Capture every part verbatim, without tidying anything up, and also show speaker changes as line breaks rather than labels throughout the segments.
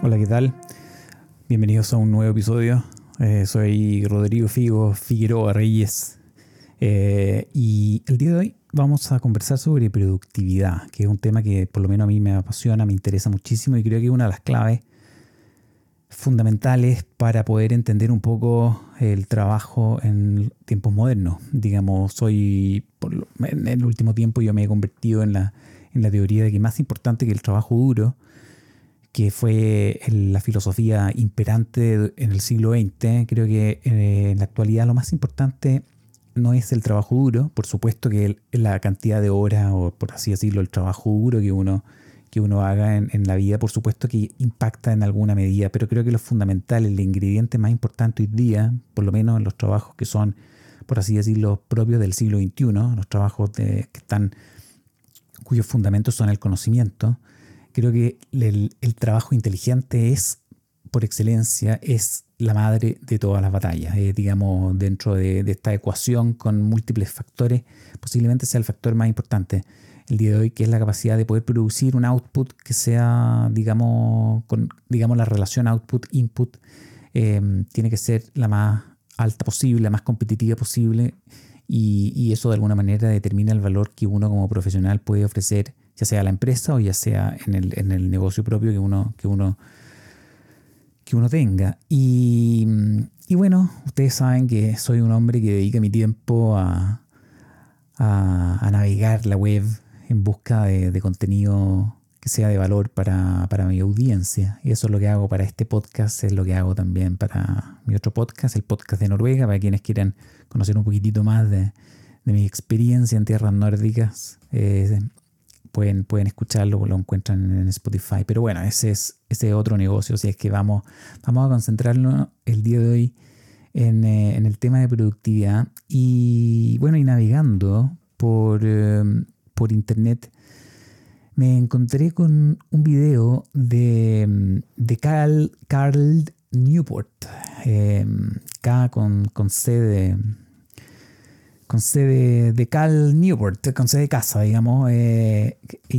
Hola, ¿qué tal? Bienvenidos a un nuevo episodio. Eh, soy Rodrigo Figo Figueroa Reyes eh, y el día de hoy vamos a conversar sobre productividad, que es un tema que por lo menos a mí me apasiona, me interesa muchísimo y creo que es una de las claves fundamentales para poder entender un poco el trabajo en tiempos modernos. Digamos, soy por lo, en el último tiempo yo me he convertido en la, en la teoría de que más importante que el trabajo duro, que fue la filosofía imperante en el siglo veinte, creo que eh, en la actualidad lo más importante no es el trabajo duro, por supuesto que el, la cantidad de horas o por así decirlo el trabajo duro que uno, que uno haga en, en la vida, por supuesto que impacta en alguna medida, pero creo que lo fundamental, el ingrediente más importante hoy día, por lo menos en los trabajos que son, por así decirlo, propios del siglo veintiuno, los trabajos de, que están, cuyos fundamentos son el conocimiento. Creo que el, el trabajo inteligente es, por excelencia, es la madre de todas las batallas. Eh, digamos, dentro de, de esta ecuación con múltiples factores, posiblemente sea el factor más importante el día de hoy, que es la capacidad de poder producir un output que sea, digamos, con digamos la relación output-input, eh, tiene que ser la más alta posible, la más competitiva posible, y, y eso de alguna manera determina el valor que uno como profesional puede ofrecer, ya sea a la empresa o ya sea en el, en el negocio propio que uno, que uno, que uno tenga. Y, y bueno, ustedes saben que soy un hombre que dedica mi tiempo a, a, a navegar la web en busca de, de contenido que sea de valor para, para mi audiencia. Y eso es lo que hago para este podcast, es lo que hago también para mi otro podcast, el podcast de Noruega, para quienes quieran conocer un poquitito más de, de mi experiencia en tierras nórdicas. Eh, Pueden, pueden escucharlo, lo encuentran en Spotify. Pero bueno, ese es ese otro negocio. Así es que vamos, vamos a concentrarnos el día de hoy en, eh, en el tema de productividad. Y bueno, y navegando por, eh, por internet, me encontré con un video de, de Carl, Carl Newport. Eh, K con, con C de... con sede de Cal Newport, con sede de casa, digamos, eh,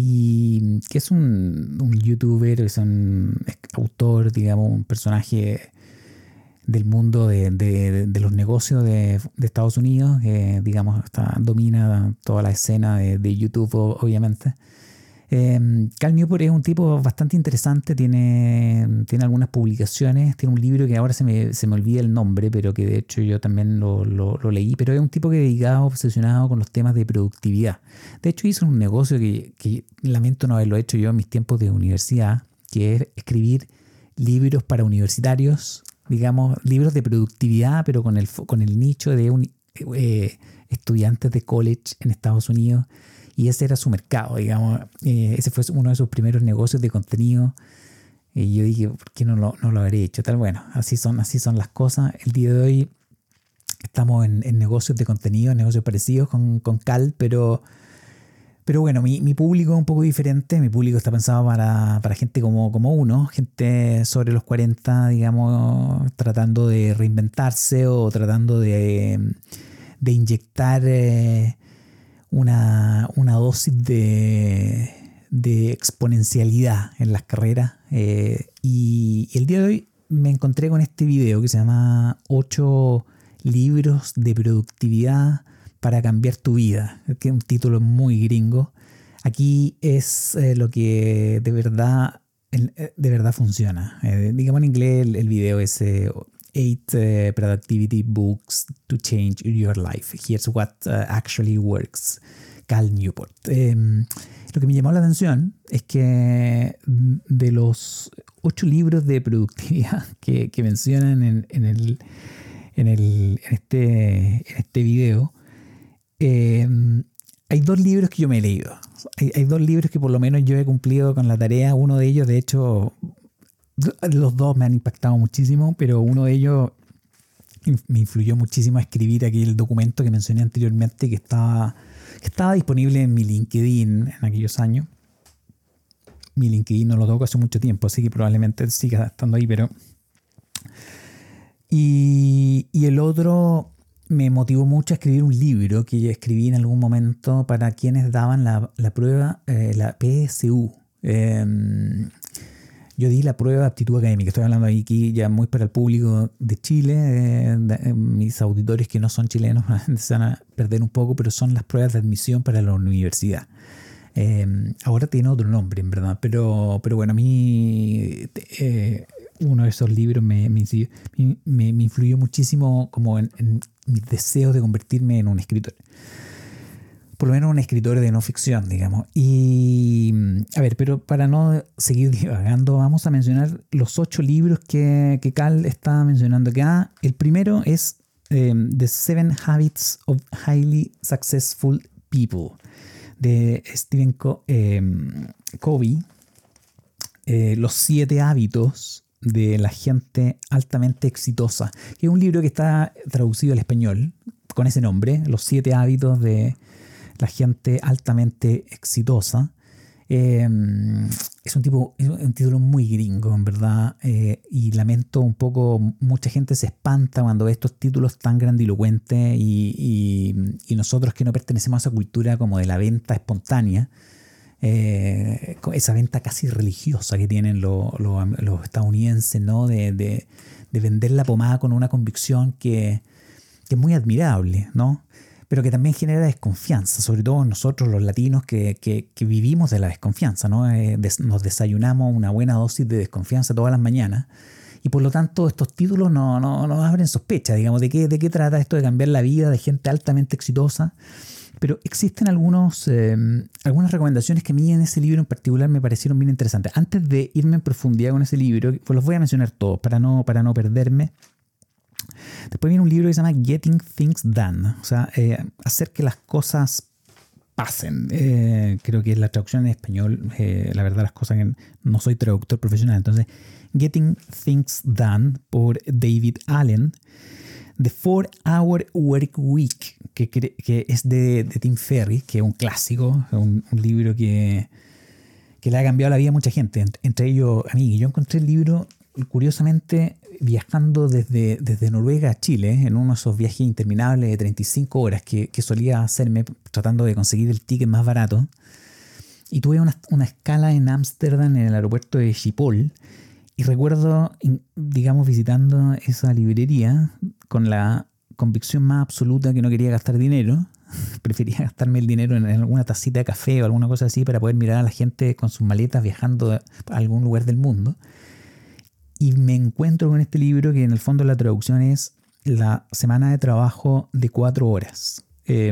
y que es un, un youtuber, es un autor, digamos, un personaje del mundo de, de, de los negocios de, de Estados Unidos, que, digamos, está, domina toda la escena de, de YouTube, obviamente. Eh, Cal Newport es un tipo bastante interesante, tiene, tiene algunas publicaciones, tiene un libro que ahora se me, se me olvida el nombre, pero que de hecho yo también lo, lo, lo leí, pero es un tipo que dedicado, obsesionado con los temas de productividad. De hecho hizo un negocio que, que lamento no haberlo hecho yo en mis tiempos de universidad, que es escribir libros para universitarios, digamos, libros de productividad, pero con el, con el nicho de un, eh, estudiantes de college en Estados Unidos. Y ese era su mercado, digamos. Eh, ese fue uno de sus primeros negocios de contenido. Y yo dije, ¿por qué no lo, no lo habré hecho? Tal, bueno, así son, así son las cosas. El día de hoy estamos en, en negocios de contenido, en negocios parecidos con, con Cal, pero, pero bueno, mi, mi público es un poco diferente. Mi público está pensado para, para gente como, como uno, gente sobre los cuarenta, digamos, tratando de reinventarse o tratando de, de inyectar... Eh, Una, una dosis de, de exponencialidad en las carreras. Eh, y, y el día de hoy me encontré con este video que se llama ocho libros de productividad para cambiar tu vida, que es un título muy gringo. Aquí es eh, lo que de verdad, de verdad funciona. Eh, digamos en inglés el, el video es... Eh, Eight uh, productivity books to change your life. Here's what uh, actually works. Cal Newport. Eh, lo que me llamó la atención es que de los ocho libros de productividad que, que mencionan en, en, el, en, el, en, este, en este video, eh, hay dos libros que yo me he leído. Hay, hay dos libros que por lo menos yo he cumplido con la tarea. Uno de ellos, de hecho... Los dos me han impactado muchísimo, pero uno de ellos me influyó muchísimo a escribir aquí el documento que mencioné anteriormente, que estaba, que estaba disponible en mi LinkedIn en aquellos años. Mi LinkedIn no lo toco hace mucho tiempo, así que probablemente siga estando ahí, pero... Y, y el otro me motivó mucho a escribir un libro que yo escribí en algún momento para quienes daban la, la prueba, eh, la P S U. Eh, yo di la prueba de aptitud académica. Estoy hablando aquí ya muy para el público de Chile. Eh, de, mis auditores que no son chilenos se van a perder un poco, pero son las pruebas de admisión para la universidad. Eh, ahora tiene otro nombre, en verdad. Pero, pero bueno, a mí eh, uno de esos libros me, me, me, me influyó muchísimo como en, en mis deseos de convertirme en un escritor. Por lo menos un escritor de no ficción, digamos. Y, a ver, pero para no seguir divagando, vamos a mencionar los ocho libros que, que Cal está mencionando acá. El primero es eh, The Seven Habits of Highly Successful People, de Stephen Co- eh, Covey. Eh, los siete hábitos de la gente altamente exitosa, que es un libro que está traducido al español con ese nombre, Los siete hábitos de la gente altamente exitosa. Eh, es un tipo, es un título muy gringo, en verdad, eh, y lamento un poco, mucha gente se espanta cuando ve estos títulos tan grandilocuentes y, y, y nosotros que no pertenecemos a esa cultura como de la venta espontánea, eh, esa venta casi religiosa que tienen los, los, los estadounidenses, ¿no? de, de, de vender la pomada con una convicción que, que es muy admirable, ¿no? Pero que también genera desconfianza, sobre todo nosotros los latinos que, que, que vivimos de la desconfianza, ¿no? Eh, des, nos desayunamos una buena dosis de desconfianza todas las mañanas y por lo tanto estos títulos no, no, no abren sospecha, digamos, de qué, de qué trata esto de cambiar la vida de gente altamente exitosa. Pero existen algunos, eh, algunas recomendaciones que a mí en ese libro en particular me parecieron bien interesantes. Antes de irme en profundidad con ese libro, pues los voy a mencionar todos para no, para no perderme. Después viene un libro que se llama Getting Things Done, o sea, eh, hacer que las cosas pasen. Eh, creo que es la traducción en español, eh, la verdad las cosas que no soy traductor profesional. Entonces, Getting Things Done por David Allen. The four hour Work Week, que, que es de, de Tim Ferriss, que es un clásico, un, un libro que, que le ha cambiado la vida a mucha gente, entre ellos a mí. Yo encontré el libro, curiosamente, viajando desde, desde Noruega a Chile, en uno de esos viajes interminables de treinta y cinco horas que, que solía hacerme tratando de conseguir el ticket más barato. Y tuve una, una escala en Ámsterdam, en el aeropuerto de Schiphol, y recuerdo, digamos, visitando esa librería con la convicción más absoluta que no quería gastar dinero. Prefería gastarme el dinero en alguna tacita de café o alguna cosa así para poder mirar a la gente con sus maletas viajando a algún lugar del mundo. Y me encuentro con este libro que en el fondo la traducción es la semana de trabajo de cuatro horas. Eh,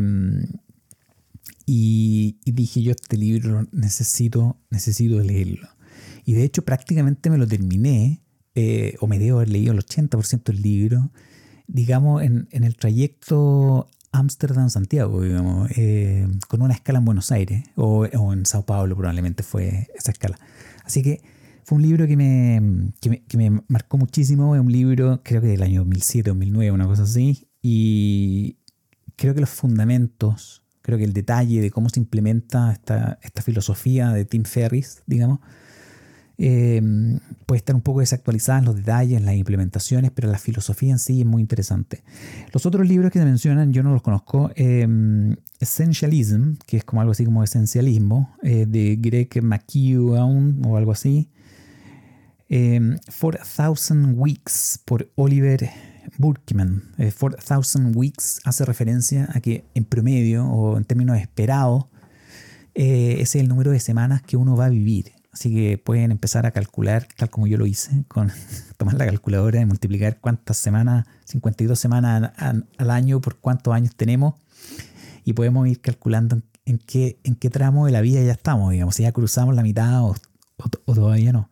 y, y dije yo, este libro necesito, necesito leerlo. Y de hecho prácticamente me lo terminé, eh, o me debo haber leído el ochenta por ciento del libro, digamos, en, en el trayecto Ámsterdam-Santiago, digamos, eh, con una escala en Buenos Aires, o, o en Sao Paulo probablemente fue esa escala. Así que fue un libro que me, que me, que me marcó muchísimo. Es un libro, creo que del año dos mil siete, dos mil nueve, una cosa así. Y creo que los fundamentos, creo que el detalle de cómo se implementa esta, esta filosofía de Tim Ferriss, digamos, eh, puede estar un poco desactualizada en los detalles, en las implementaciones, pero la filosofía en sí es muy interesante. Los otros libros que se mencionan, yo no los conozco. Eh, Essentialism, que es como algo así como esencialismo, eh, de Greg McKeown o algo así. Eh, four thousand Weeks por Oliver Burkeman. Eh, four thousand Weeks hace referencia a que en promedio o en términos esperados eh, ese es el número de semanas que uno va a vivir. Así que pueden empezar a calcular, tal como yo lo hice, con tomar la calculadora y multiplicar cuántas semanas, cincuenta y dos semanas al, al año por cuántos años tenemos, y podemos ir calculando en, en, qué, en qué tramo de la vida ya estamos, digamos, si ya cruzamos la mitad o, o, o todavía no.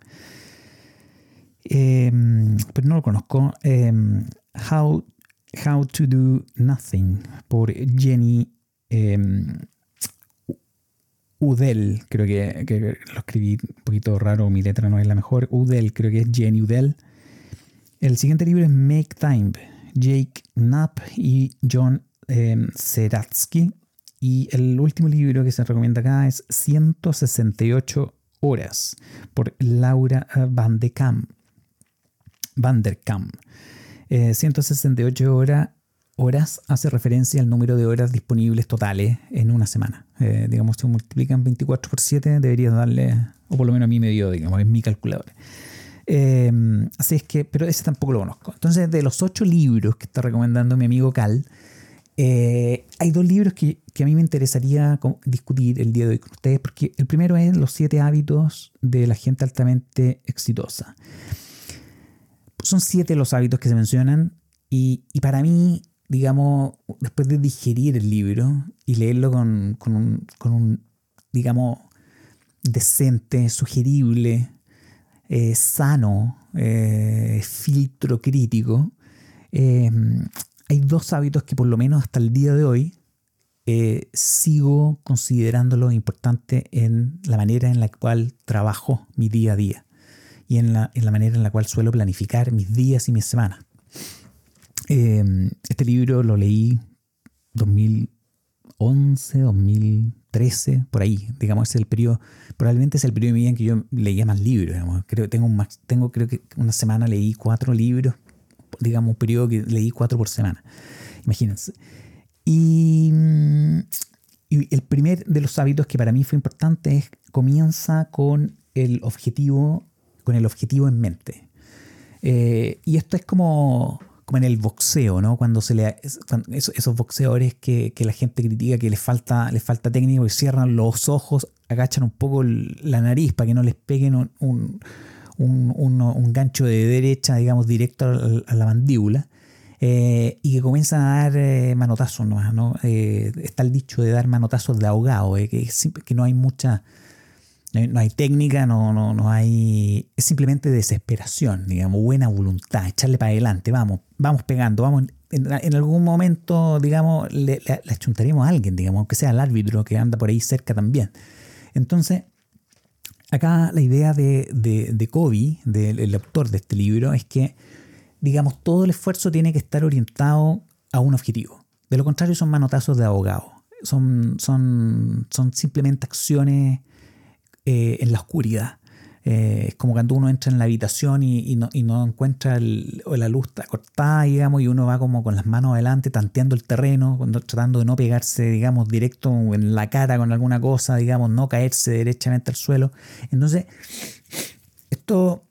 Eh, pero no lo conozco. Eh, How, How to Do Nothing por Jenny eh, Udell, creo que, que lo escribí un poquito raro, mi letra no es la mejor. Udell, creo que es Jenny Udell. El siguiente libro es Make Time, Jake Knapp y John eh, Zeratsky. Y el último libro que se recomienda acá es ciento sesenta y ocho horas por Laura Van de Kam. Van der Kam. Eh, ciento sesenta y ocho horas horas hace referencia al número de horas disponibles totales en una semana. Eh, digamos, si multiplican veinticuatro por siete, deberías darle, o por lo menos a mí me dio, digamos, es mi calculadora. Eh, así es que, pero ese tampoco lo conozco. Entonces, de los ocho libros que está recomendando mi amigo Cal, eh, hay dos libros que, que a mí me interesaría discutir el día de hoy con ustedes, porque el primero es Los siete hábitos de la gente altamente exitosa. Son siete los hábitos que se mencionan y, y para mí, digamos, después de digerir el libro y leerlo con, con, un, con un, digamos, decente, sugerible, eh, sano, eh, filtro crítico, eh, hay dos hábitos que por lo menos hasta el día de hoy eh, sigo considerándolos importantes en la manera en la cual trabajo mi día a día y en la, en la manera en la cual suelo planificar mis días y mis semanas. Eh, este libro lo leí dos mil once, dos mil trece, por ahí, digamos, es el periodo, probablemente es el periodo de mi vida en que yo leía más libros, digamos. Creo, tengo, un, tengo creo que una semana leí cuatro libros, digamos, un periodo que leí cuatro por semana, imagínense. Y, y el primer de los hábitos que para mí fue importante es, comienza con el objetivo, con el objetivo en mente. Eh, y esto es como... como en el boxeo, ¿no? Cuando se le cuando esos, esos boxeadores que, que la gente critica que les falta, les falta técnica, y cierran los ojos, agachan un poco la nariz para que no les peguen un, un, un, un, un gancho de derecha, digamos, directo a, a la mandíbula, eh, y que comienzan a dar eh, manotazos nomás, ¿no? Eh, está el dicho de dar manotazos de ahogado, eh, que, que no hay mucha... No hay técnica, no, no, no hay... Es simplemente desesperación, digamos, buena voluntad, echarle para adelante, vamos, vamos pegando, vamos... En, en algún momento, digamos, le, le, le achuntaremos a alguien, digamos, aunque sea al árbitro que anda por ahí cerca también. Entonces, acá la idea de, de, de Covey, del el autor de este libro, es que, digamos, todo el esfuerzo tiene que estar orientado a un objetivo. De lo contrario, son manotazos de ahogado. Son, son, son simplemente acciones... Eh, en la oscuridad. Eh, es como cuando uno entra en la habitación y, y, no, y no encuentra el, o la luz está cortada, digamos, y uno va como con las manos adelante tanteando el terreno, cuando, tratando de no pegarse, digamos, directo en la cara con alguna cosa, digamos, no caerse derechamente al suelo. Entonces, esto,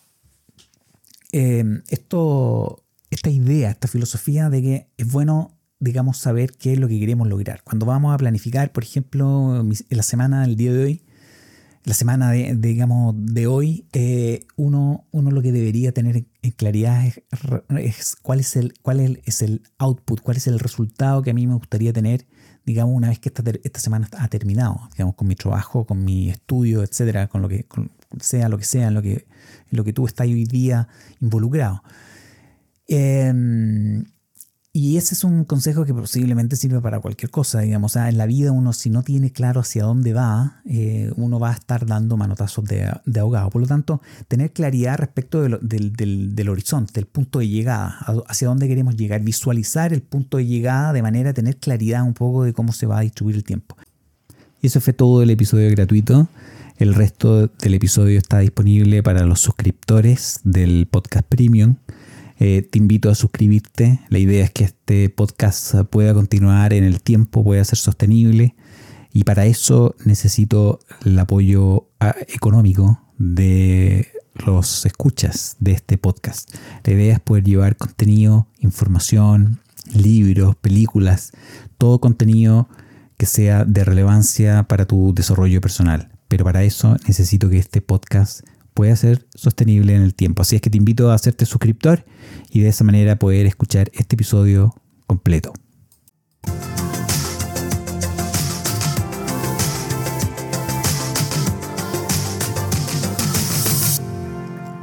eh, esto, esta idea, esta filosofía de que es bueno, digamos, saber qué es lo que queremos lograr. Cuando vamos a planificar, por ejemplo, en la semana del día de hoy, la semana de, de, digamos, de hoy, eh, uno, uno lo que debería tener en claridad es, es, cuál, es el, cuál es el output, cuál es el resultado que a mí me gustaría tener, digamos, una vez que esta, esta semana ha terminado, digamos, con mi trabajo, con mi estudio, etcétera, con lo que con, sea lo que sea, en lo que, en lo que tú estás hoy día involucrado. Eh, Y ese es un consejo que posiblemente sirve para cualquier cosa, digamos. O sea, en la vida uno, si no tiene claro hacia dónde va, eh, uno va a estar dando manotazos de, de ahogado. Por lo tanto, tener claridad respecto de lo, del, del, del horizonte, del punto de llegada, hacia dónde queremos llegar, visualizar el punto de llegada de manera a tener claridad un poco de cómo se va a distribuir el tiempo. Y eso fue todo el episodio gratuito. El resto del episodio está disponible para los suscriptores del podcast Premium. Eh, te invito a suscribirte. La idea es que este podcast pueda continuar en el tiempo, pueda ser sostenible, y para eso necesito el apoyo económico de los escuchas de este podcast. La idea es poder llevar contenido, información, libros, películas, todo contenido que sea de relevancia para tu desarrollo personal. Pero para eso necesito que este podcast puede ser sostenible en el tiempo. Así es que te invito a hacerte suscriptor y de esa manera poder escuchar este episodio completo.